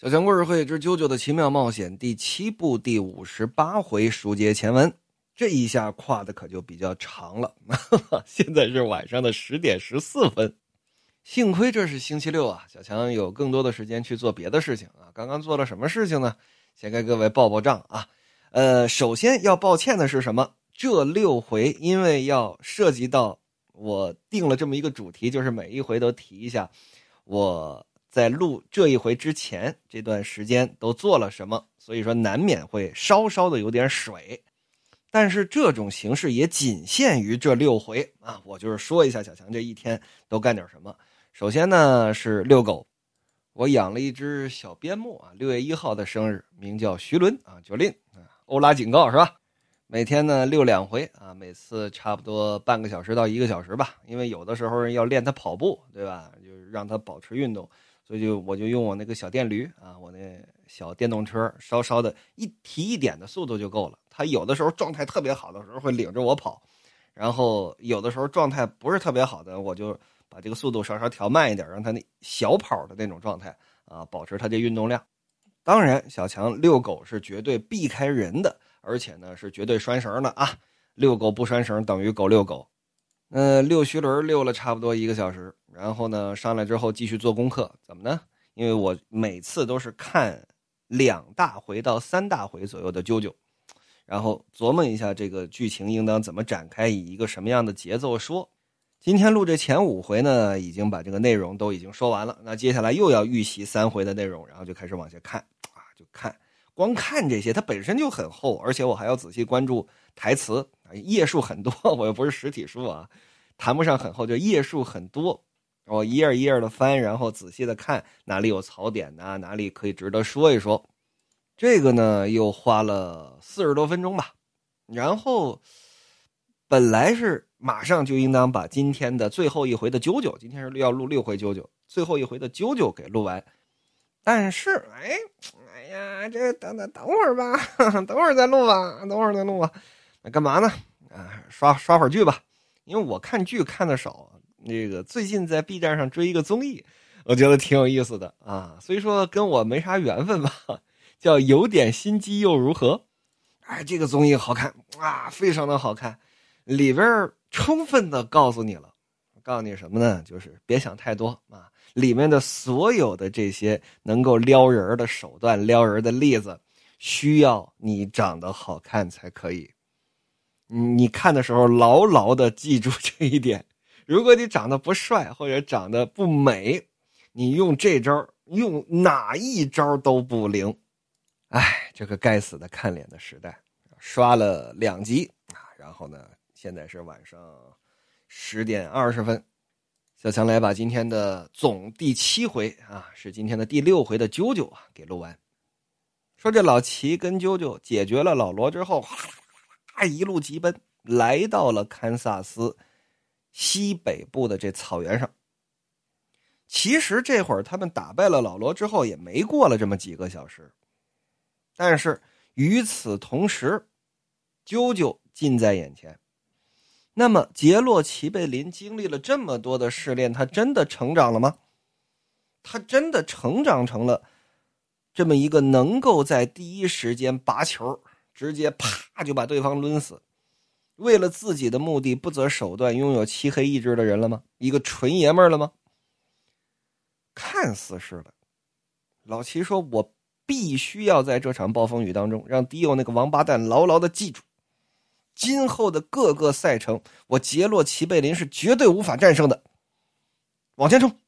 小强故事会之啾啾的奇妙冒险第7部第58回书接前文，这一下跨的可就比较长了。现在是晚上的10点14分，幸亏这是星期六啊，小强有更多的时间去做别的事情啊。刚刚做了什么事情呢？先给各位报报账啊。首先要抱歉的是什么？这6回因为要涉及到我定了这么一个主题，就是每一回都提一下我在录这一回之前这段时间都做了什么，所以说难免会稍稍的有点水。但是这种形式也仅限于这6回啊，我就是说一下小强这一天都干点什么。首先呢是遛狗，我养了一只小边牧啊，6月1号的生日，名叫徐伦啊，九令啊，欧拉警告是吧？每天呢遛2回啊，每次差不多半个小时到1个小时吧，因为有的时候要练它跑步，对吧？就是让它保持运动，所以我就用我那个小电驴啊，我那小电动车，稍稍的提一点的速度就够了。它有的时候状态特别好的时候会领着我跑，然后有的时候状态不是特别好的，我就把这个速度稍稍调慢一点，让它那小跑的那种状态啊，保持它这运动量。当然，小强遛狗是绝对避开人的，而且呢是绝对拴绳的啊！遛狗不拴绳等于狗遛狗。遛徐伦遛了差不多1个小时，然后呢上来之后继续做功课，怎么呢？因为我每次都是看2大回到3大回左右的啾啾，然后琢磨一下这个剧情应当怎么展开，以一个什么样的节奏说。今天录这前5回呢，已经把这个内容都已经说完了，那接下来又要预习3回的内容，然后就开始往下看啊，就看，光看这些它本身就很厚，而且我还要仔细关注台词，页数很多，我又不是实体书啊，谈不上很厚，就页数很多，我一页一页的翻，然后仔细的看哪里有槽点啊，哪里可以值得说一说。这个呢又花了40多分钟吧，然后本来是马上就应当把今天的最后一回的啾啾，今天是要录6回啾啾，最后一回的啾啾给录完。但是哎呀，这等会儿吧，等会儿再录吧，那干嘛呢？啊，刷会儿剧吧，因为我看剧看的少，那个最近在 B 站上追一个综艺，我觉得挺有意思的啊，虽说跟我没啥缘分吧，叫有点心机又如何？哎，这个综艺好看啊，非常的好看，里边充分的告诉你了，告诉你什么呢？就是别想太多啊，里面的所有的这些能够撩人的手段、撩人的例子，需要你长得好看才可以。你看的时候牢牢的记住这一点，如果你长得不帅或者长得不美，你用这招用哪一招都不灵。哎，这个该死的看脸的时代，刷了2集啊，然后呢现在是晚上10点20分，小强来把今天的总第7回啊，是今天的第6回的啾啾啊给录完。说这老齐跟啾啾解决了老罗之后，一路疾奔来到了堪萨斯西北部的这草原上。其实这会儿他们打败了老罗之后也没过了这么几个小时，但是与此同时啾啾近在眼前。那么杰洛齐贝林经历了这么多的试炼，他真的成长了吗？他真的成长成了这么一个能够在第一时间拔球，直接啪就把对方抡死，为了自己的目的不择手段，拥有漆黑意志的人了吗？一个纯爷们儿了吗？看似是的。老齐说，我必须要在这场暴风雨当中让迪欧那个王八蛋牢牢的记住，今后的各个赛程我杰洛齐贝林是绝对无法战胜的，往前冲！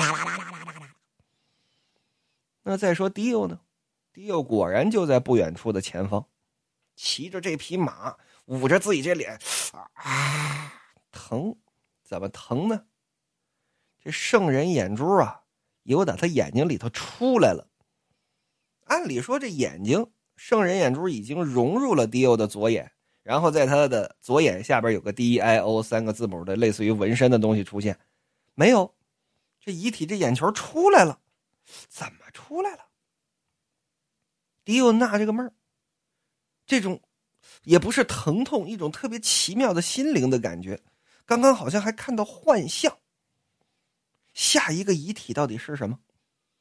那再说迪欧呢？迪欧果然就在不远处的前方，骑着这匹马，捂着自己这脸啊，疼。怎么疼呢？这圣人眼珠啊有打他眼睛里头出来了。按理说这眼睛圣人眼珠已经融入了迪欧的左眼，然后在他的左眼下边有个 DIO 3个字母的类似于纹身的东西出现，没有，这遗体这眼球出来了。怎么出来了？迪欧纳这个闷儿，这种也不是疼痛，一种特别奇妙的心灵的感觉。刚刚好像还看到幻象，下一个遗体到底是什么？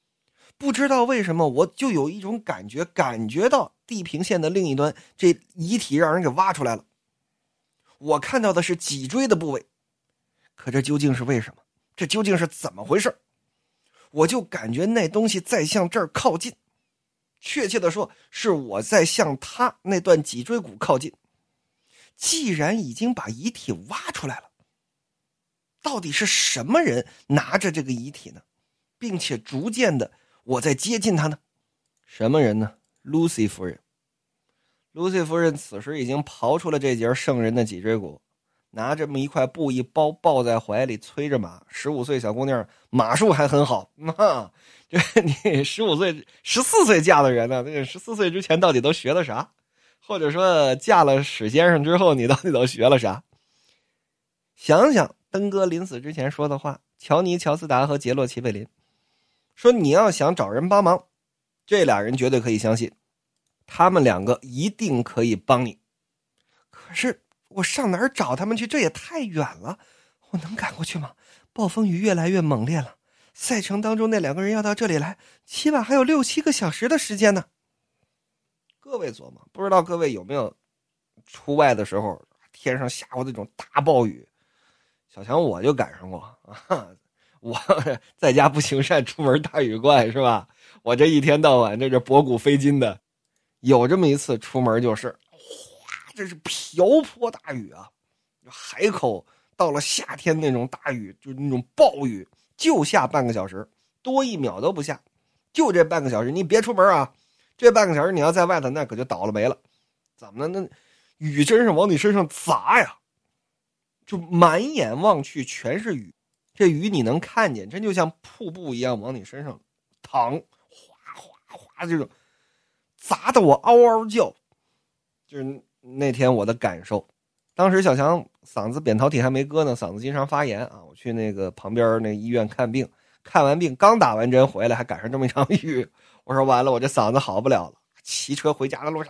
不知道为什么，我就有一种感觉到地平线的另一端，这遗体让人给挖出来了。我看到的是脊椎的部位，可这究竟是为什么？这究竟是怎么回事？我就感觉那东西在向这儿靠近，确切的说，是我在向他那段脊椎骨靠近。既然已经把遗体挖出来了，到底是什么人拿着这个遗体呢？并且逐渐的我在接近他呢？什么人呢？ Lucy 夫人。Lucy 夫人此时已经刨出了这节圣人的脊椎骨，拿这么一块布一包，抱在怀里催着马。15岁小姑娘马术还很好，这你15岁14岁嫁的人呢，这个14岁之前到底都学了啥？或者说嫁了史先生之后你到底都学了啥？想想登哥临死之前说的话，乔尼乔斯达和杰洛齐贝林说，你要想找人帮忙，这俩人绝对可以相信，他们两个一定可以帮你。可是我上哪儿找他们去？这也太远了，我能赶过去吗？暴风雨越来越猛烈了，赛程当中那两个人要到这里来，起码还有6、7个小时的时间呢。各位琢磨，不知道各位有没有出外的时候天上下过那种大暴雨？小强我就赶上过啊！我在家不行善，出门大雨怪，是吧？我这一天到晚这博古飞今的，有这么一次出门就是，哗，这是瓢泼大雨啊！海口到了夏天那种大雨，就是那种暴雨，就下半个小时，多1秒都不下，就这半个小时，你别出门啊！这半个小时你要在外头，那可就倒了霉了。怎么呢？那雨真是往你身上砸呀！就满眼望去全是雨，这雨你能看见，真就像瀑布一样往你身上淌，哗哗哗，这种砸得我嗷嗷叫。就是那天我的感受，当时小强嗓子扁桃体还没割呢，嗓子经常发炎啊。我去那个旁边那医院看病，看完病刚打完针回来，还赶上这么一场雨。我说完了，我这嗓子好不了了。骑车回家的路上，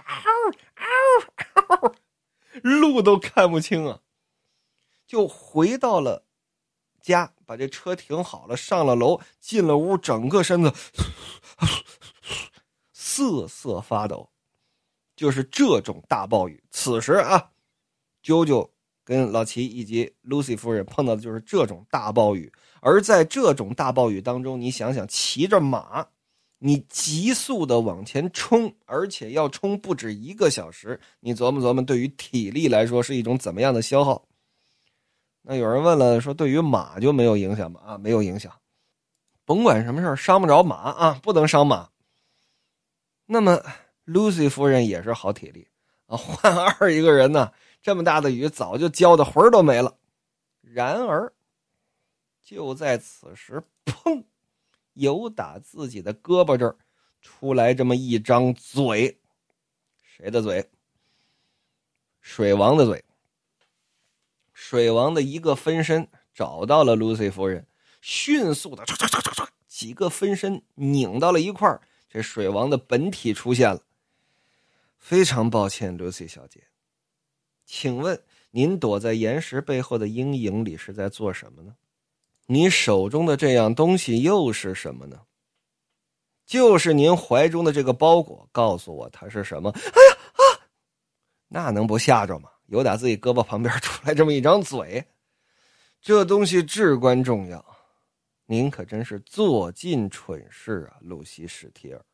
路都看不清啊。就回到了家，把这车停好了，上了楼，进了屋，整个身子瑟瑟发抖。就是这种大暴雨，此时啊，啾啾跟老齐以及 Lucy 夫人碰到的就是这种大暴雨。而在这种大暴雨当中，你想想，骑着马，你急速的往前冲，而且要冲不止1个小时，你琢磨琢磨，对于体力来说是一种怎么样的消耗？那有人问了，说对于马就没有影响吗？啊，没有影响，甭管什么事儿，伤不着马啊，不能伤马。那么 Lucy 夫人也是好体力啊，换2一个人呢，这么大的雨早就浇的魂儿都没了。然而就在此时，砰，由打自己的胳膊这儿出来这么一张嘴。谁的嘴？水王的嘴。水王的一个分身找到了 Lucy 夫人，迅速的几个分身拧到了一块儿，这水王的本体出现了。非常抱歉 Lucy 小姐，请问您躲在岩石背后的阴影里是在做什么呢？你手中的这样东西又是什么呢？就是您怀中的这个包裹，告诉我它是什么？哎呀啊！那能不吓着吗？由打自己胳膊旁边出来这么一张嘴，这东西至关重要。您可真是做尽蠢事啊，露西史提尔。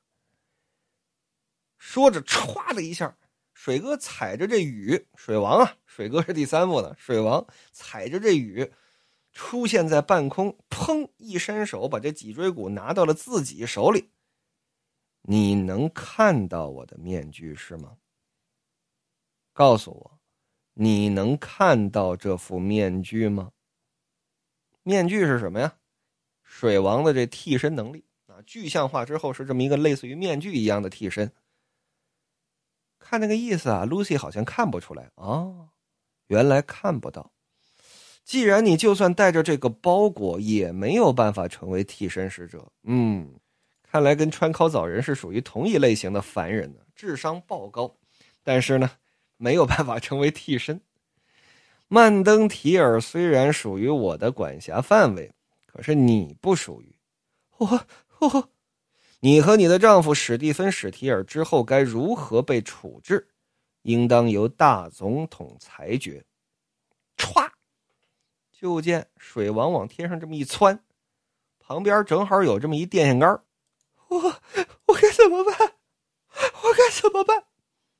说着歘的一下，水哥踩着这雨，水王啊，水哥是第3幕呢，水王踩着这雨出现在半空，砰一伸手把这脊椎骨拿到了自己手里。你能看到我的面具是吗？告诉我，你能看到这副面具吗？面具是什么呀？水王的这替身能力啊，具象化之后是这么一个类似于面具一样的替身。看那个意思啊 ，Lucy 好像看不出来哦，原来看不到。既然你就算带着这个包裹，也没有办法成为替身使者。看来跟川尻早人是属于同一类型的凡人呢，智商爆高，但是呢，没有办法成为替身。曼登提尔虽然属于我的管辖范围，可是你不属于。 你和你的丈夫史蒂芬·史提尔之后该如何被处置，应当由大总统裁决。歘，就见水王往天上这么一窜，旁边正好有这么一电线杆。我该怎么办？我该怎么办？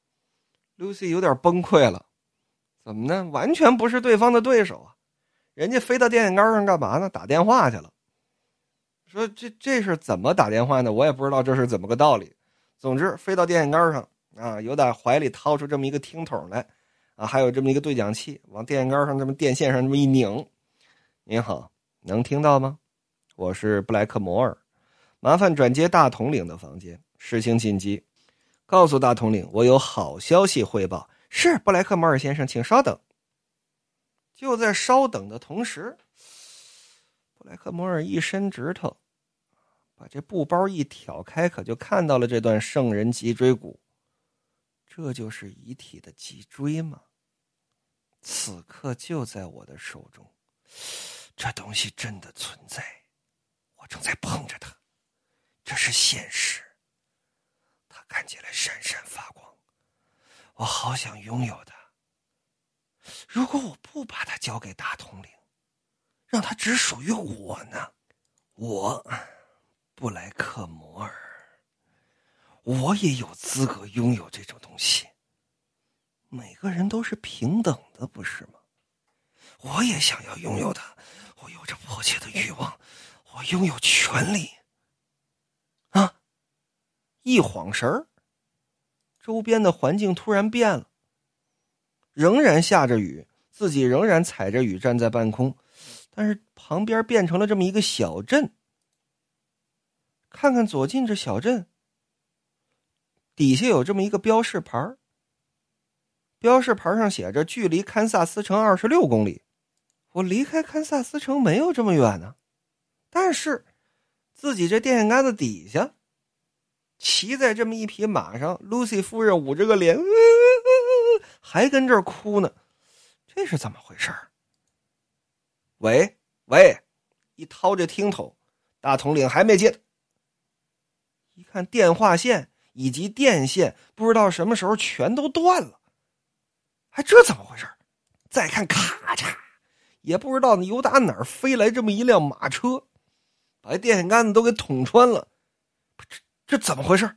Lucy 有点崩溃了。怎么呢？完全不是对方的对手啊！人家飞到电线杆上干嘛呢？打电话去了。说这是怎么打电话呢？我也不知道这是怎么个道理。总之飞到电线杆上啊，由打怀里掏出这么一个听筒来啊，还有这么一个对讲器，往电线杆上这么电线上这么一拧。您好，能听到吗？我是布莱克摩尔，麻烦转接大统领的房间，事情紧急。告诉大统领，我有好消息汇报。是，布莱克摩尔先生，请稍等。就在稍等的同时，布莱克摩尔一伸指头，把这布包一挑开，可就看到了这段圣人脊椎骨。这就是遗体的脊椎吗？此刻就在我的手中，这东西真的存在，我正在碰着它，这是现实，它看起来闪闪发光，我好想拥有它。如果我不把它交给大统领，让它只属于我呢？我，布莱克摩尔，我也有资格拥有这种东西。每个人都是平等的，不是吗？我也想要拥有它，我有着迫切的欲望，我拥有权利。啊！一晃神儿，周边的环境突然变了，仍然下着雨，自己仍然踩着雨站在半空，但是旁边变成了这么一个小镇。看看左近这小镇，底下有这么一个标示牌，标示牌上写着距离堪萨斯城26公里。我离开堪萨斯城没有这么远呢，但是自己这电线杆子底下骑在这么一匹马上，Lucy 夫人捂着个脸，还跟这儿哭呢，这是怎么回事？喂，一掏这听筒，大统领还没接。一看电话线以及电线不知道什么时候全都断了，还这怎么回事？再看咔嚓，也不知道由打哪儿飞来这么一辆马车，把电线杆子都给捅穿了。这怎么回事？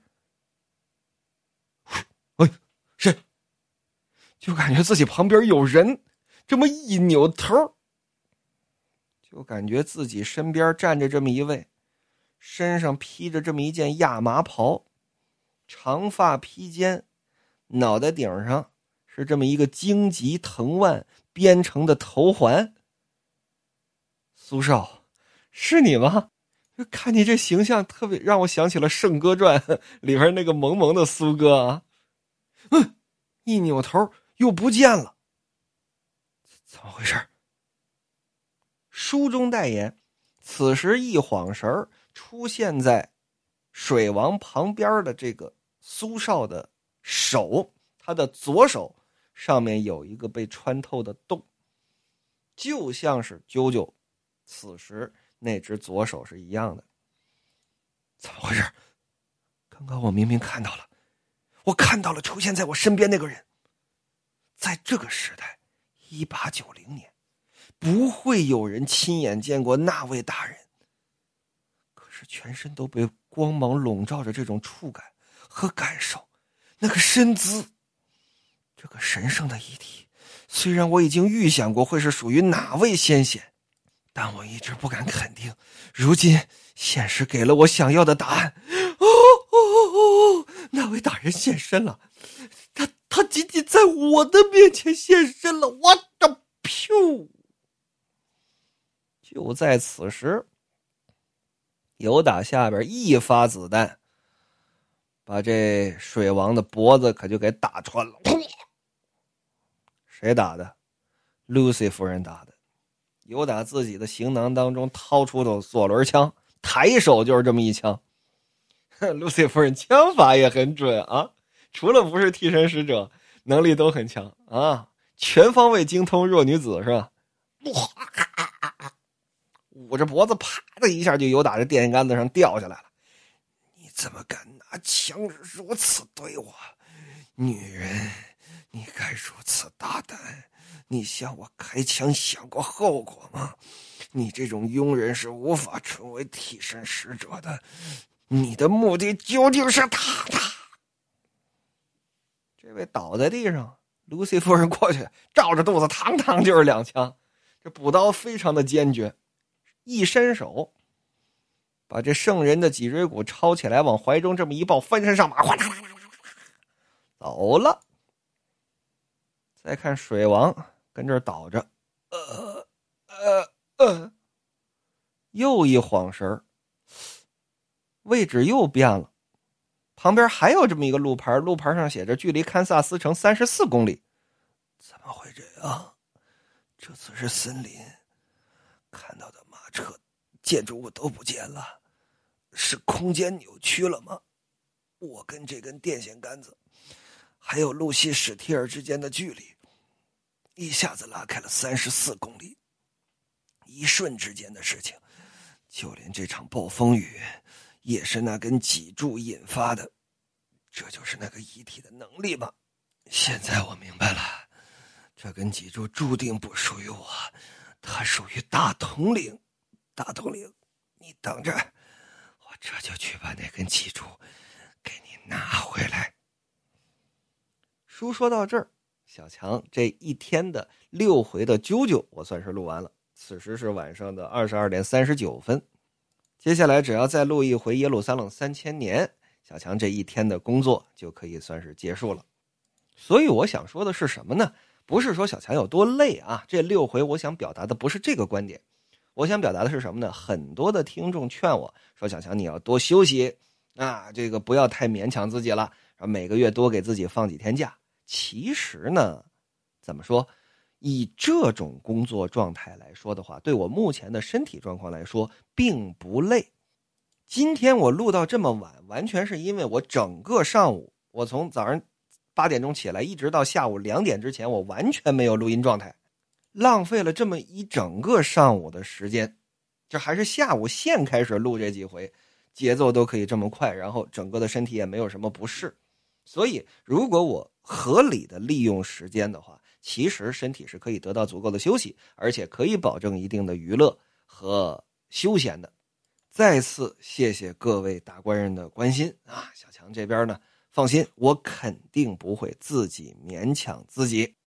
哎，谁？就感觉自己旁边有人，这么一扭头，就感觉自己身边站着这么一位，身上披着这么一件亚麻袍，长发披肩，脑袋顶上是这么一个荆棘藤蔓编成的头环。苏少，是你吗？看你这形象特别让我想起了《圣歌传》里边那个萌萌的苏哥啊。一扭头又不见了，怎么回事？书中代言，此时一晃神儿出现在水王旁边的这个苏少的手，他的左手上面有一个被穿透的洞，就像是啾啾此时那只左手是一样的。怎么回事？刚刚我明明看到了，我看到了出现在我身边那个人。在这个时代1890年，不会有人亲眼见过那位大人，可是全身都被光芒笼罩着，这种触感和感受，那个身姿，这个神圣的遗体，虽然我已经预想过会是属于哪位先贤，但我一直不敢肯定。如今现实给了我想要的答案。那位大人现身了，他仅仅在我的面前现身了，我的噗！就在此时，由打下边一发子弹，把这水王的脖子可就给打穿了。谁打的？ Lucy 夫人打的。由打自己的行囊当中掏出的左轮枪，抬手就是这么一枪。Lucy 夫人枪法也很准啊，除了不是替身使者，能力都很强啊，全方位精通弱女子是吧？捂着脖子啪的一下就由打这电线杆子上掉下来了。你怎么敢拿枪如此对我？女人，你该如此大胆？你向我开枪想过后果吗？你这种庸人是无法成为替身使者的，你的目的究竟是他？这位倒在地上，卢西夫人过去照着肚子堂堂就是2枪。这补刀非常的坚决，一伸手把这圣人的脊椎骨抄起来，往怀中这么一抱，翻身上马，哗啦啦啦啦啦走了。再看水王跟这儿倒着，又一晃神，位置又变了，旁边还有这么一个路牌，路牌上写着距离堪萨斯城34公里。怎么会这样？这次是森林，看到的马车、建筑物都不见了，是空间扭曲了吗？我跟这根电线杆子还有露西史蒂尔之间的距离一下子拉开了34公里，一瞬之间的事情，就连这场暴风雨也是那根脊柱引发的，这就是那个遗体的能力吗？现在我明白了，这根脊柱注定不属于我，它属于大统领。大统领，你等着，我这就去把那根脊柱给你拿回来。书说到这儿，小强这一天的6回的啾啾我算是录完了，此时是晚上的22点39分。接下来只要再录一回耶路撒冷3000年，小强这一天的工作就可以算是结束了。所以我想说的是什么呢？不是说小强有多累啊，这6回我想表达的不是这个观点。我想表达的是什么呢？很多的听众劝我说，小强你要多休息啊，这个不要太勉强自己了，每个月多给自己放几天假。其实呢，怎么说，以这种工作状态来说的话，对我目前的身体状况来说并不累。今天我录到这么晚，完全是因为我整个上午，我从早上8点钟起来一直到下午2点之前，我完全没有录音状态，浪费了这么一整个上午的时间。这还是下午现开始录这几回，节奏都可以这么快，然后整个的身体也没有什么不适。所以如果我合理的利用时间的话，其实身体是可以得到足够的休息，而且可以保证一定的娱乐和休闲的。再次谢谢各位达官人的关心啊！小强这边呢，放心，我肯定不会自己勉强自己。